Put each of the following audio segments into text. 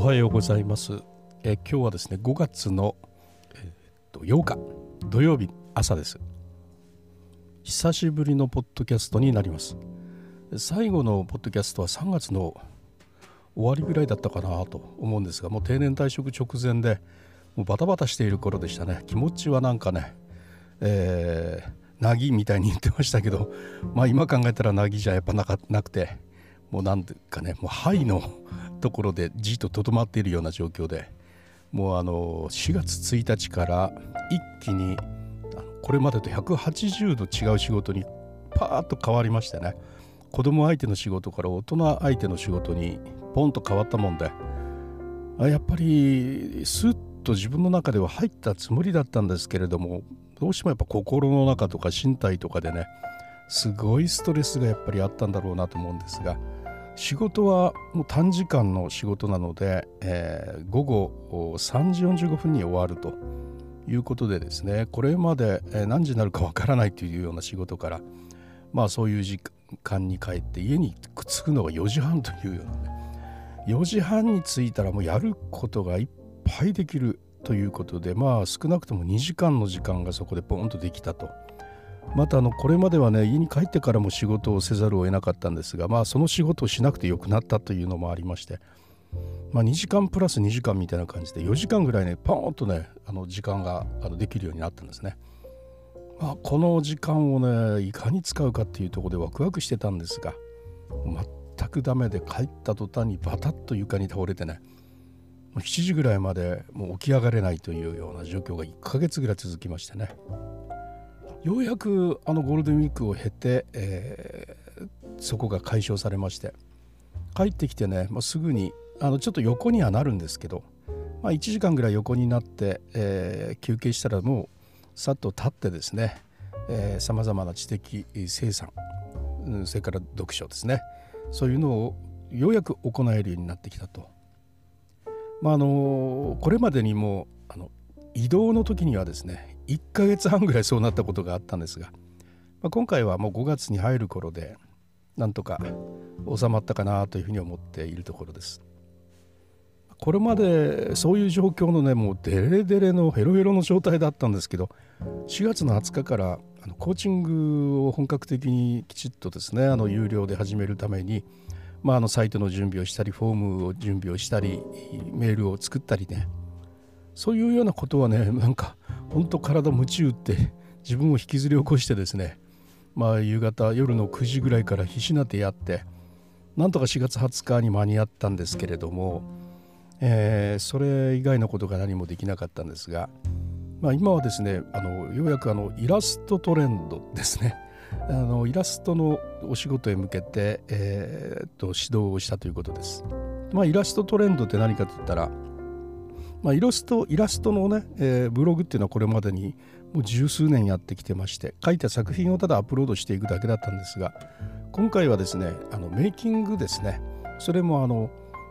おはようございます。今日はですね5月の、8日土曜日朝です。久しぶりのポッドキャストになります。最後のポッドキャストは3月の終わりぐらいだったかなと思うんですが、もう定年退職直前でもうバタバタしている頃でしたね。気持ちはなんかね、なぎみたいに言ってましたけど、今考えたらなぎじゃやっぱなくて、もうなんかね、もう肺のところでじっととどまっているような状況で、もう4月1日から一気にこれまでと180度違う仕事にパーッと変わりましてね、子供相手の仕事から大人相手の仕事にポンと変わったもんで、やっぱりスッと自分の中では入ったつもりだったんですけれども、どうしてもやっぱ心の中とか身体とかでね、すごいストレスがやっぱりあったんだろうなと思うんですが、仕事はもう短時間の仕事なので、午後3時45分に終わるということでですね、これまで何時になるかわからないというような仕事から、そういう時間に帰って家に着くのが4時半というようなね、4時半に着いたらもうやることがいっぱいできるということで、少なくとも2時間の時間がそこでポンとできたと。またこれまではね、家に帰ってからも仕事をせざるを得なかったんですが、その仕事をしなくてよくなったというのもありまして、2時間プラス2時間みたいな感じで4時間ぐらいね、ポーンとね時間ができるようになったんですね。この時間をねいかに使うかっていうところでワクワクしてたんですが、全くダメで、帰った途端にバタッと床に倒れてね、7時ぐらいまでもう起き上がれないというような状況が1ヶ月ぐらい続きましてね、ようやくゴールデンウィークを経て、そこが解消されまして、帰ってきてね、すぐにちょっと横にはなるんですけど、1時間ぐらい横になって、休憩したらもうさっと立ってですね、さまざまな知的生産、それから読書ですね、そういうのをようやく行えるようになってきたと。これまでにも移動の時にはですね1ヶ月半ぐらいそうなったことがあったんですが、今回はもう5月に入る頃でなんとか収まったかなというふうに思っているところです。これまでそういう状況のね、もうデレデレのヘロヘロの状態だったんですけど、4月の20日からコーチングを本格的にきちっとですね有料で始めるために、サイトの準備をしたり、フォームを準備をしたり、メールを作ったりね、そういうようなことはね、なんか本当体鞭打って自分を引きずり起こしてですね、夕方夜の9時ぐらいから必死になってやって、なんとか4月20日に間に合ったんですけれども、それ以外のことが何もできなかったんですが、今はですねようやくイラストトレンドですね、イラストのお仕事へ向けて、指導をしたということです。イラストトレンドって何かといったら、イラストのね、ブログっていうのはこれまでにもう十数年やってきてまして、書いた作品をただアップロードしていくだけだったんですが、今回はですねメイキングですね、それも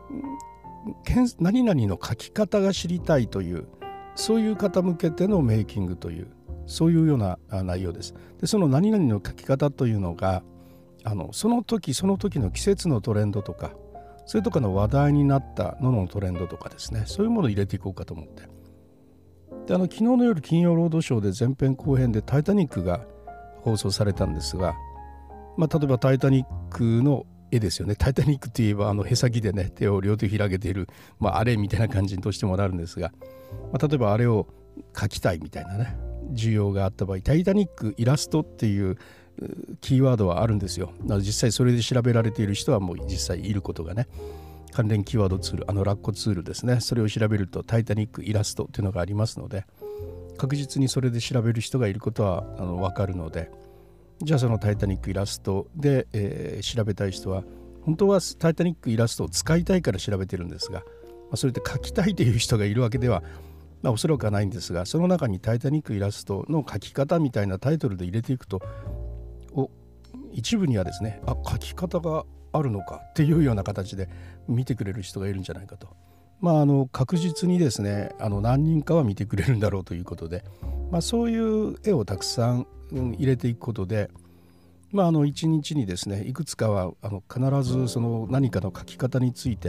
何々の書き方が知りたいという、そういう方向けてのメイキングという、そういうような内容です。でその何々の書き方というのがその時その時の季節のトレンドとか、それとかの話題になったののトレンドとかですね、そういうものを入れていこうかと思って、で昨日の夜金曜ロードショーで前編後編でタイタニックが放送されたんですが、例えばタイタニックの絵ですよね。タイタニックといえばへさきでね両手を広げている、あれみたいな感じにどうしてもなるんですが、例えばあれを描きたいみたいなね需要があった場合、タイタニックイラストっていうキーワードはあるんですよ。実際それで調べられている人はもう実際いることがね、関連キーワードツール、ラッコツールですね、それを調べるとタイタニックイラストっていうのがありますので、確実にそれで調べる人がいることは分かるので、じゃあそのタイタニックイラストで、調べたい人は本当はタイタニックイラストを使いたいから調べてるんですが、それで書きたいという人がいるわけではおそらくはないんですが、その中にタイタニックイラストの書き方みたいなタイトルで入れていくと、一部にはですね、書き方があるのかっていうような形で見てくれる人がいるんじゃないかと。確実にですね何人かは見てくれるんだろうということで、そういう絵をたくさん入れていくことで、一日にですねいくつかは必ずその何かの書き方について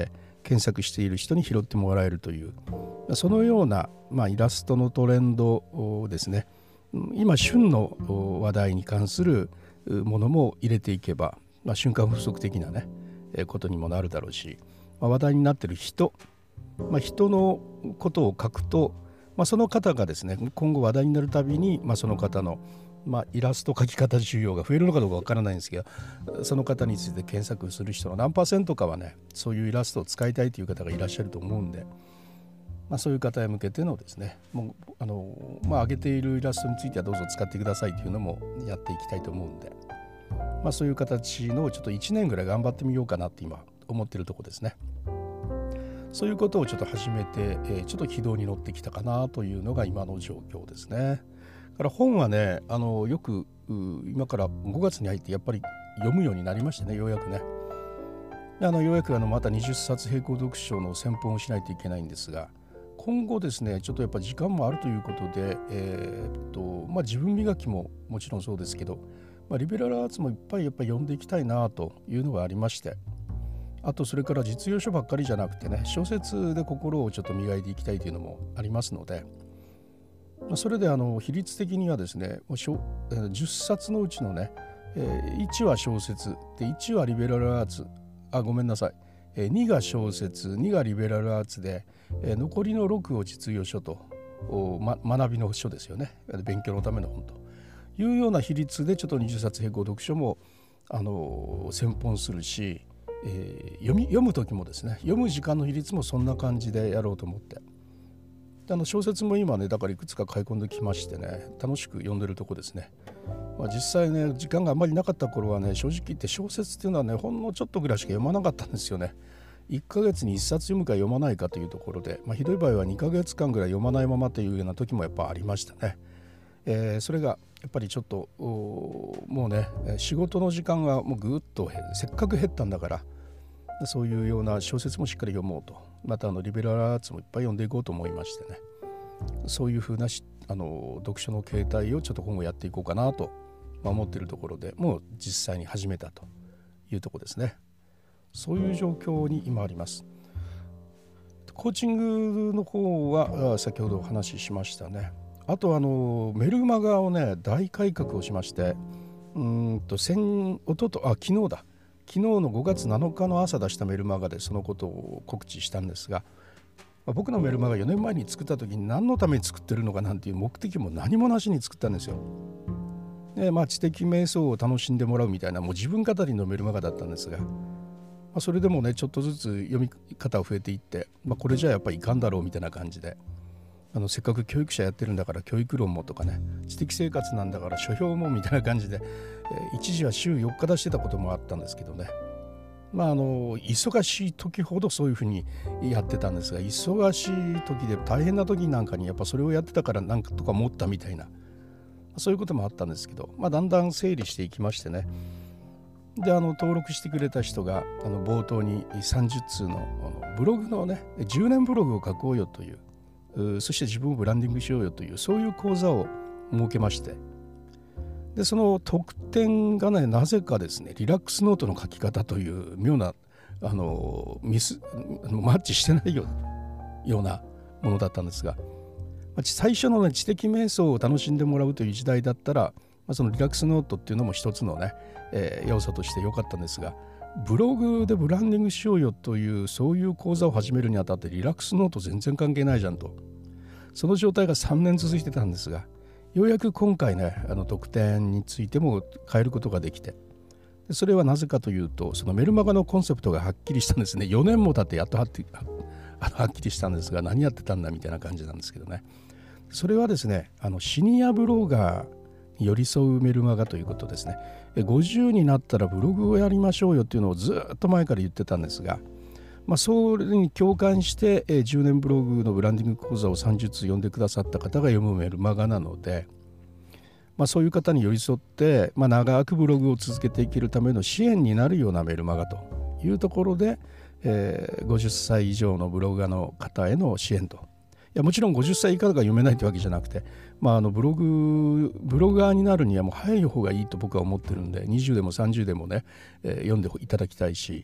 検索している人に拾ってもらえるという、そのような、イラストのトレンドをですね、今旬の話題に関するものも入れていけば、瞬間風速的なねことにもなるだろうし、話題になっている人、人のことを書くと、その方がですね今後話題になるたびに、その方の、イラスト描き方需要が増えるのかどうかわからないんですけど、その方について検索する人の何%かはねそういうイラストを使いたいという方がいらっしゃると思うんで、そういう方へ向けてのですね、もう上げているイラストについてはどうぞ使ってくださいというのもやっていきたいと思うんで、そういう形のちょっと1年ぐらい頑張ってみようかなって今思ってるところですね。そういうことをちょっと始めて、ちょっと軌道に乗ってきたかなというのが今の状況ですね。だから本はね、よく今から5月に入ってやっぱり読むようになりましてね、ようやくね。ようやくまた20冊並行読書の先本をしないといけないんですが、今後ですねちょっとやっぱ時間もあるということで、自分磨きももちろんそうですけど、リベラルアーツもいっぱいやっぱり読んでいきたいなというのがありまして、あとそれから実用書ばっかりじゃなくてね、小説で心をちょっと磨いていきたいというのもありますので、それで比率的にはですね10冊のうちのね1は小説で1はリベラルアーツ、ごめんなさい、2が小説、2がリベラルアーツで、残りの6を実用書と、学びの書ですよね、勉強のための本というような比率でちょっと20冊並行読書も先本するし、読む時もですね読む時間の比率もそんな感じでやろうと思って、小説も今ねだからいくつか買い込んできましてね、楽しく読んでるとこですね。実際ね時間があんまりなかった頃はね、正直言って小説っていうのはねほんのちょっとぐらいしか読まなかったんですよね。1ヶ月に1冊読むか読まないかというところで、ひどい場合は2ヶ月間ぐらい読まないままというような時もやっぱありましたね。それがやっぱりちょっともうね仕事の時間がもうぐっとせっかく減ったんだから、そういうような小説もしっかり読もうと、またリベラルアーツもいっぱい読んでいこうと思いましてね、そういうふうな読書の形態をちょっと今後やっていこうかなと思っているところで、もう実際に始めたというところですね。そういう状況に今あります。コーチングの方は先ほどお話ししましたね。あとメルマガをね大改革をしまして、昨日の5月7日の朝出したメルマガでそのことを告知したんですが、僕のメルマガ4年前に作った時に何のために作ってるのかなんていう目的も何もなしに作ったんですよ。で知的瞑想を楽しんでもらうみたいなもう自分語りのメルマガだったんですが、それでもねちょっとずつ読み方が増えていって、これじゃやっぱりいかんだろうみたいな感じで、せっかく教育者やってるんだから教育論もとかね、知的生活なんだから書評もみたいな感じで、一時は週4日出してたこともあったんですけどね、忙しい時ほどそういうふうにやってたんですが、忙しい時で大変な時なんかにやっぱそれをやってたからなんとか持ったみたいな、そういうこともあったんですけど、だんだん整理していきましてね、で登録してくれた人が冒頭に30通のブログのね10年ブログを書こうよという、そして自分をブランディングしようよという、そういう講座を設けまして、でその特典がねなぜかですねリラックスノートの書き方という妙なマッチしてないようなものだったんですが、最初のね知的瞑想を楽しんでもらうという時代だったら、そのリラックスノートっていうのも一つのね、要素として良かったんですが、ブログでブランディングしようよというそういう講座を始めるにあたってリラックスノート全然関係ないじゃんと、その状態が3年続いてたんですが、ようやく今回ね特典についても変えることができて、それはなぜかというと、そのメルマガのコンセプトがはっきりしたんですね。4年も経ってやっとはっきりしたんですが、何やってたんだみたいな感じなんですけどね。それはですねシニアブロガーに寄り添うメルマガということですね。50になったらブログをやりましょうよっていうのをずっと前から言ってたんですが、それに共感して10年ブログのブランディング講座を30通読んでくださった方が読むメルマガなので、そういう方に寄り添って、長くブログを続けていけるための支援になるようなメルマガというところで、50歳以上のブロガーの方への支援と、もちろん50歳以下が読めないというわけじゃなくて、ブロガーになるにはもう早い方がいいと僕は思ってるんで、20でも30でもね、読んでいただきたいし、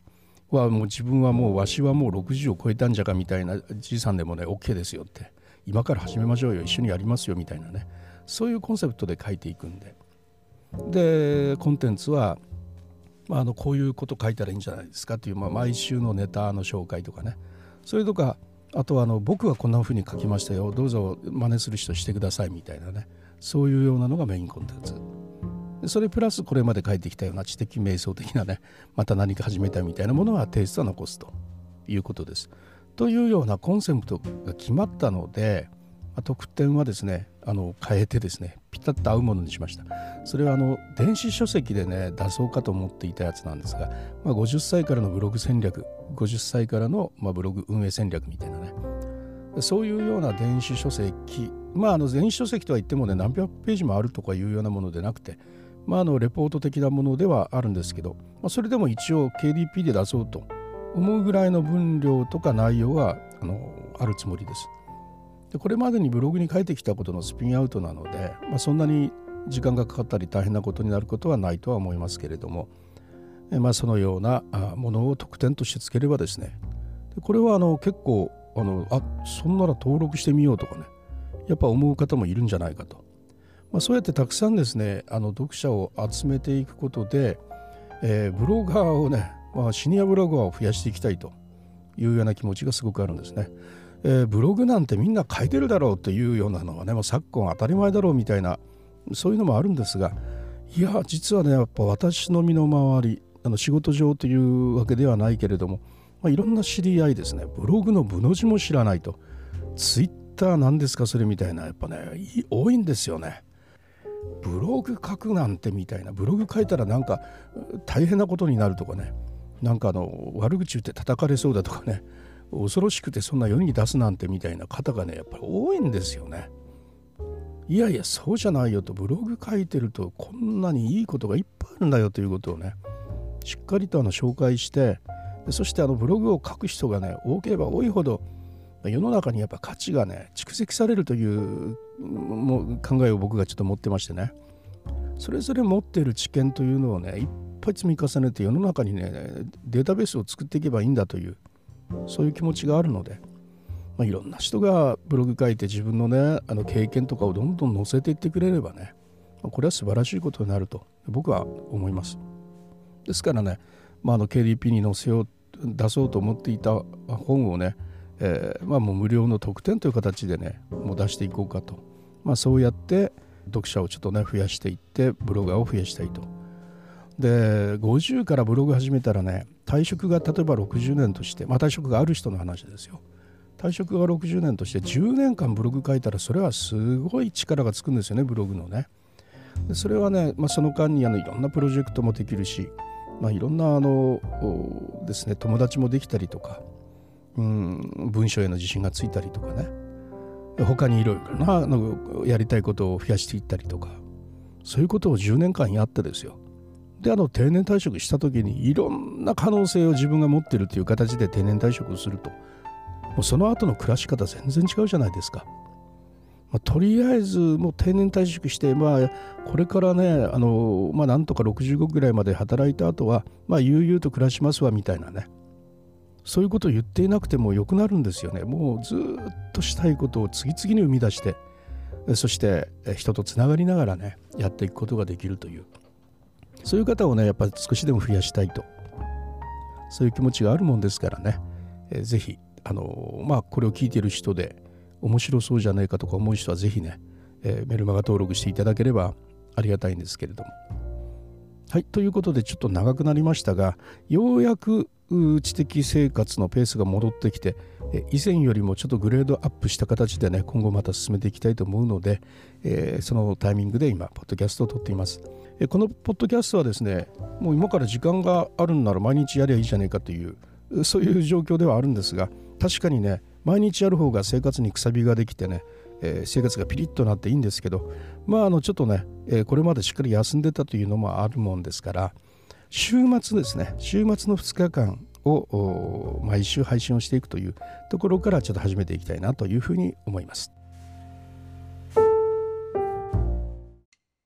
はもう自分はもうわしはもう60を超えたんじゃかみたいなじいさんでもね OK ですよって、今から始めましょうよ、一緒にやりますよみたいなね、そういうコンセプトで書いていくんで、でコンテンツは、こういうこと書いたらいいんじゃないですかという、毎週のネタの紹介とかね、それとかあとは僕はこんな風に書きましたよ、どうぞ真似する人してくださいみたいなね、そういうようなのがメインコンテンツ。それプラスこれまで書いてきたような知的瞑想的なね、また何か始めたみたいなものはテイストは残すということです。というようなコンセプトが決まったので、特典はですね変えてですね、ピタッと合うものにしました。それは電子書籍でね出そうかと思っていたやつなんですが、50歳からのブログ戦略、50歳からのブログ運営戦略みたいなね、そういうような電子書籍、電子書籍とは言ってもね何百ページもあるとかいうようなものでなくて、レポート的なものではあるんですけど、それでも一応 KDP で出そうと思うぐらいの分量とか内容はあるつもりです。でこれまでにブログに書いてきたことのスピンアウトなので、そんなに時間がかかったり大変なことになることはないとは思いますけれども、そのようなものを特典としてつければですね、これは結構そんなら登録してみようとかね、やっぱ思う方もいるんじゃないかと。そうやってたくさんですね読者を集めていくことで、ブロガーをね、シニアブロガーを増やしていきたいというような気持ちがすごくあるんですね。ブログなんてみんな書いてるだろうというようなのはね、もう昨今当たり前だろうみたいな、そういうのもあるんですが、いや実はねやっぱ私の身の回り仕事上というわけではないけれども、いろんな知り合いですね、ブログのブの字も知らないと、ツイッターなんですかそれみたいな、やっぱね多いんですよね。ブログ書くなんてみたいな、ブログ書いたらなんか大変なことになるとかね、なんか悪口言って叩かれそうだとかね、恐ろしくてそんな世に出すなんてみたいな方がねやっぱり多いんですよね。いやいやそうじゃないよと、ブログ書いてるとこんなにいいことがいっぱいあるんだよということをねしっかりと紹介して、そしてブログを書く人がね多ければ多いほど世の中にやっぱ価値がね蓄積されるという考えを僕がちょっと持ってましてね、それぞれ持っている知見というのをねいっぱい積み重ねて世の中にねデータベースを作っていけばいいんだという、そういう気持ちがあるので、いろんな人がブログ書いて自分のね経験とかをどんどん載せていってくれればね、これは素晴らしいことになると僕は思います。ですからね、KDP に出そうと思っていた本をね、もう無料の特典という形でねもう出していこうかと、そうやって読者をちょっとね増やしていってブロガーを増やしたいと。で50からブログ始めたらね、退職が例えば60年として、退職がある人の話ですよ。退職が60年として10年間ブログ書いたら、それはすごい力がつくんですよね、ブログのね。でそれはね、その間にいろんなプロジェクトもできるし、いろんなですね友達もできたりとか、文章への自信がついたりとかね、他にいろいろなやりたいことを増やしていったりとか、そういうことを10年間やってですよ。で定年退職した時にいろんな可能性を自分が持っているという形で定年退職をすると、もうその後の暮らし方全然違うじゃないですか。とりあえずもう定年退職して、これからねなんとか65ぐらいまで働いた後は悠々と暮らしますわみたいなね、そういうことを言っていなくてもよくなるんですよね。もうずっとしたいことを次々に生み出して、そして人とつながりながらねやっていくことができるという、そういう方をねやっぱり少しでも増やしたいと、そういう気持ちがあるもんですからね、ぜひこれを聞いている人で面白そうじゃないかとか思う人はぜひね、メルマガ登録していただければありがたいんですけれども。はい、ということでちょっと長くなりましたが、ようやく知的生活のペースが戻ってきて、以前よりもちょっとグレードアップした形でね今後また進めていきたいと思うので、そのタイミングで今ポッドキャストを撮っています。このポッドキャストはですね、もう今から時間があるんなら毎日やりゃいいじゃないかというそういう状況ではあるんですが、確かにね毎日やる方が生活にくさびができてね、生活がピリッとなっていいんですけど、ちょっとね、これまでしっかり休んでたというのもあるもんですから、週末ですね、週末の2日間を毎週配信をしていくというところからちょっと始めていきたいなというふうに思います。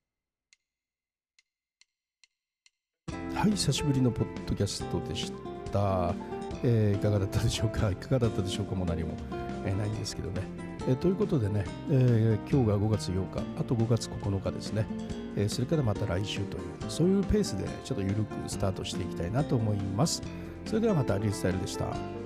はい、久しぶりのポッドキャストでした。 。いかがだったでしょうか。いかがだったでしょうかも何も、ないんですけどね。ということでね、今日が5月8日、あと5月9日ですね。それからまた来週という、そういうペースでちょっと緩くスタートしていきたいなと思います。それではまたリュースタイルでした。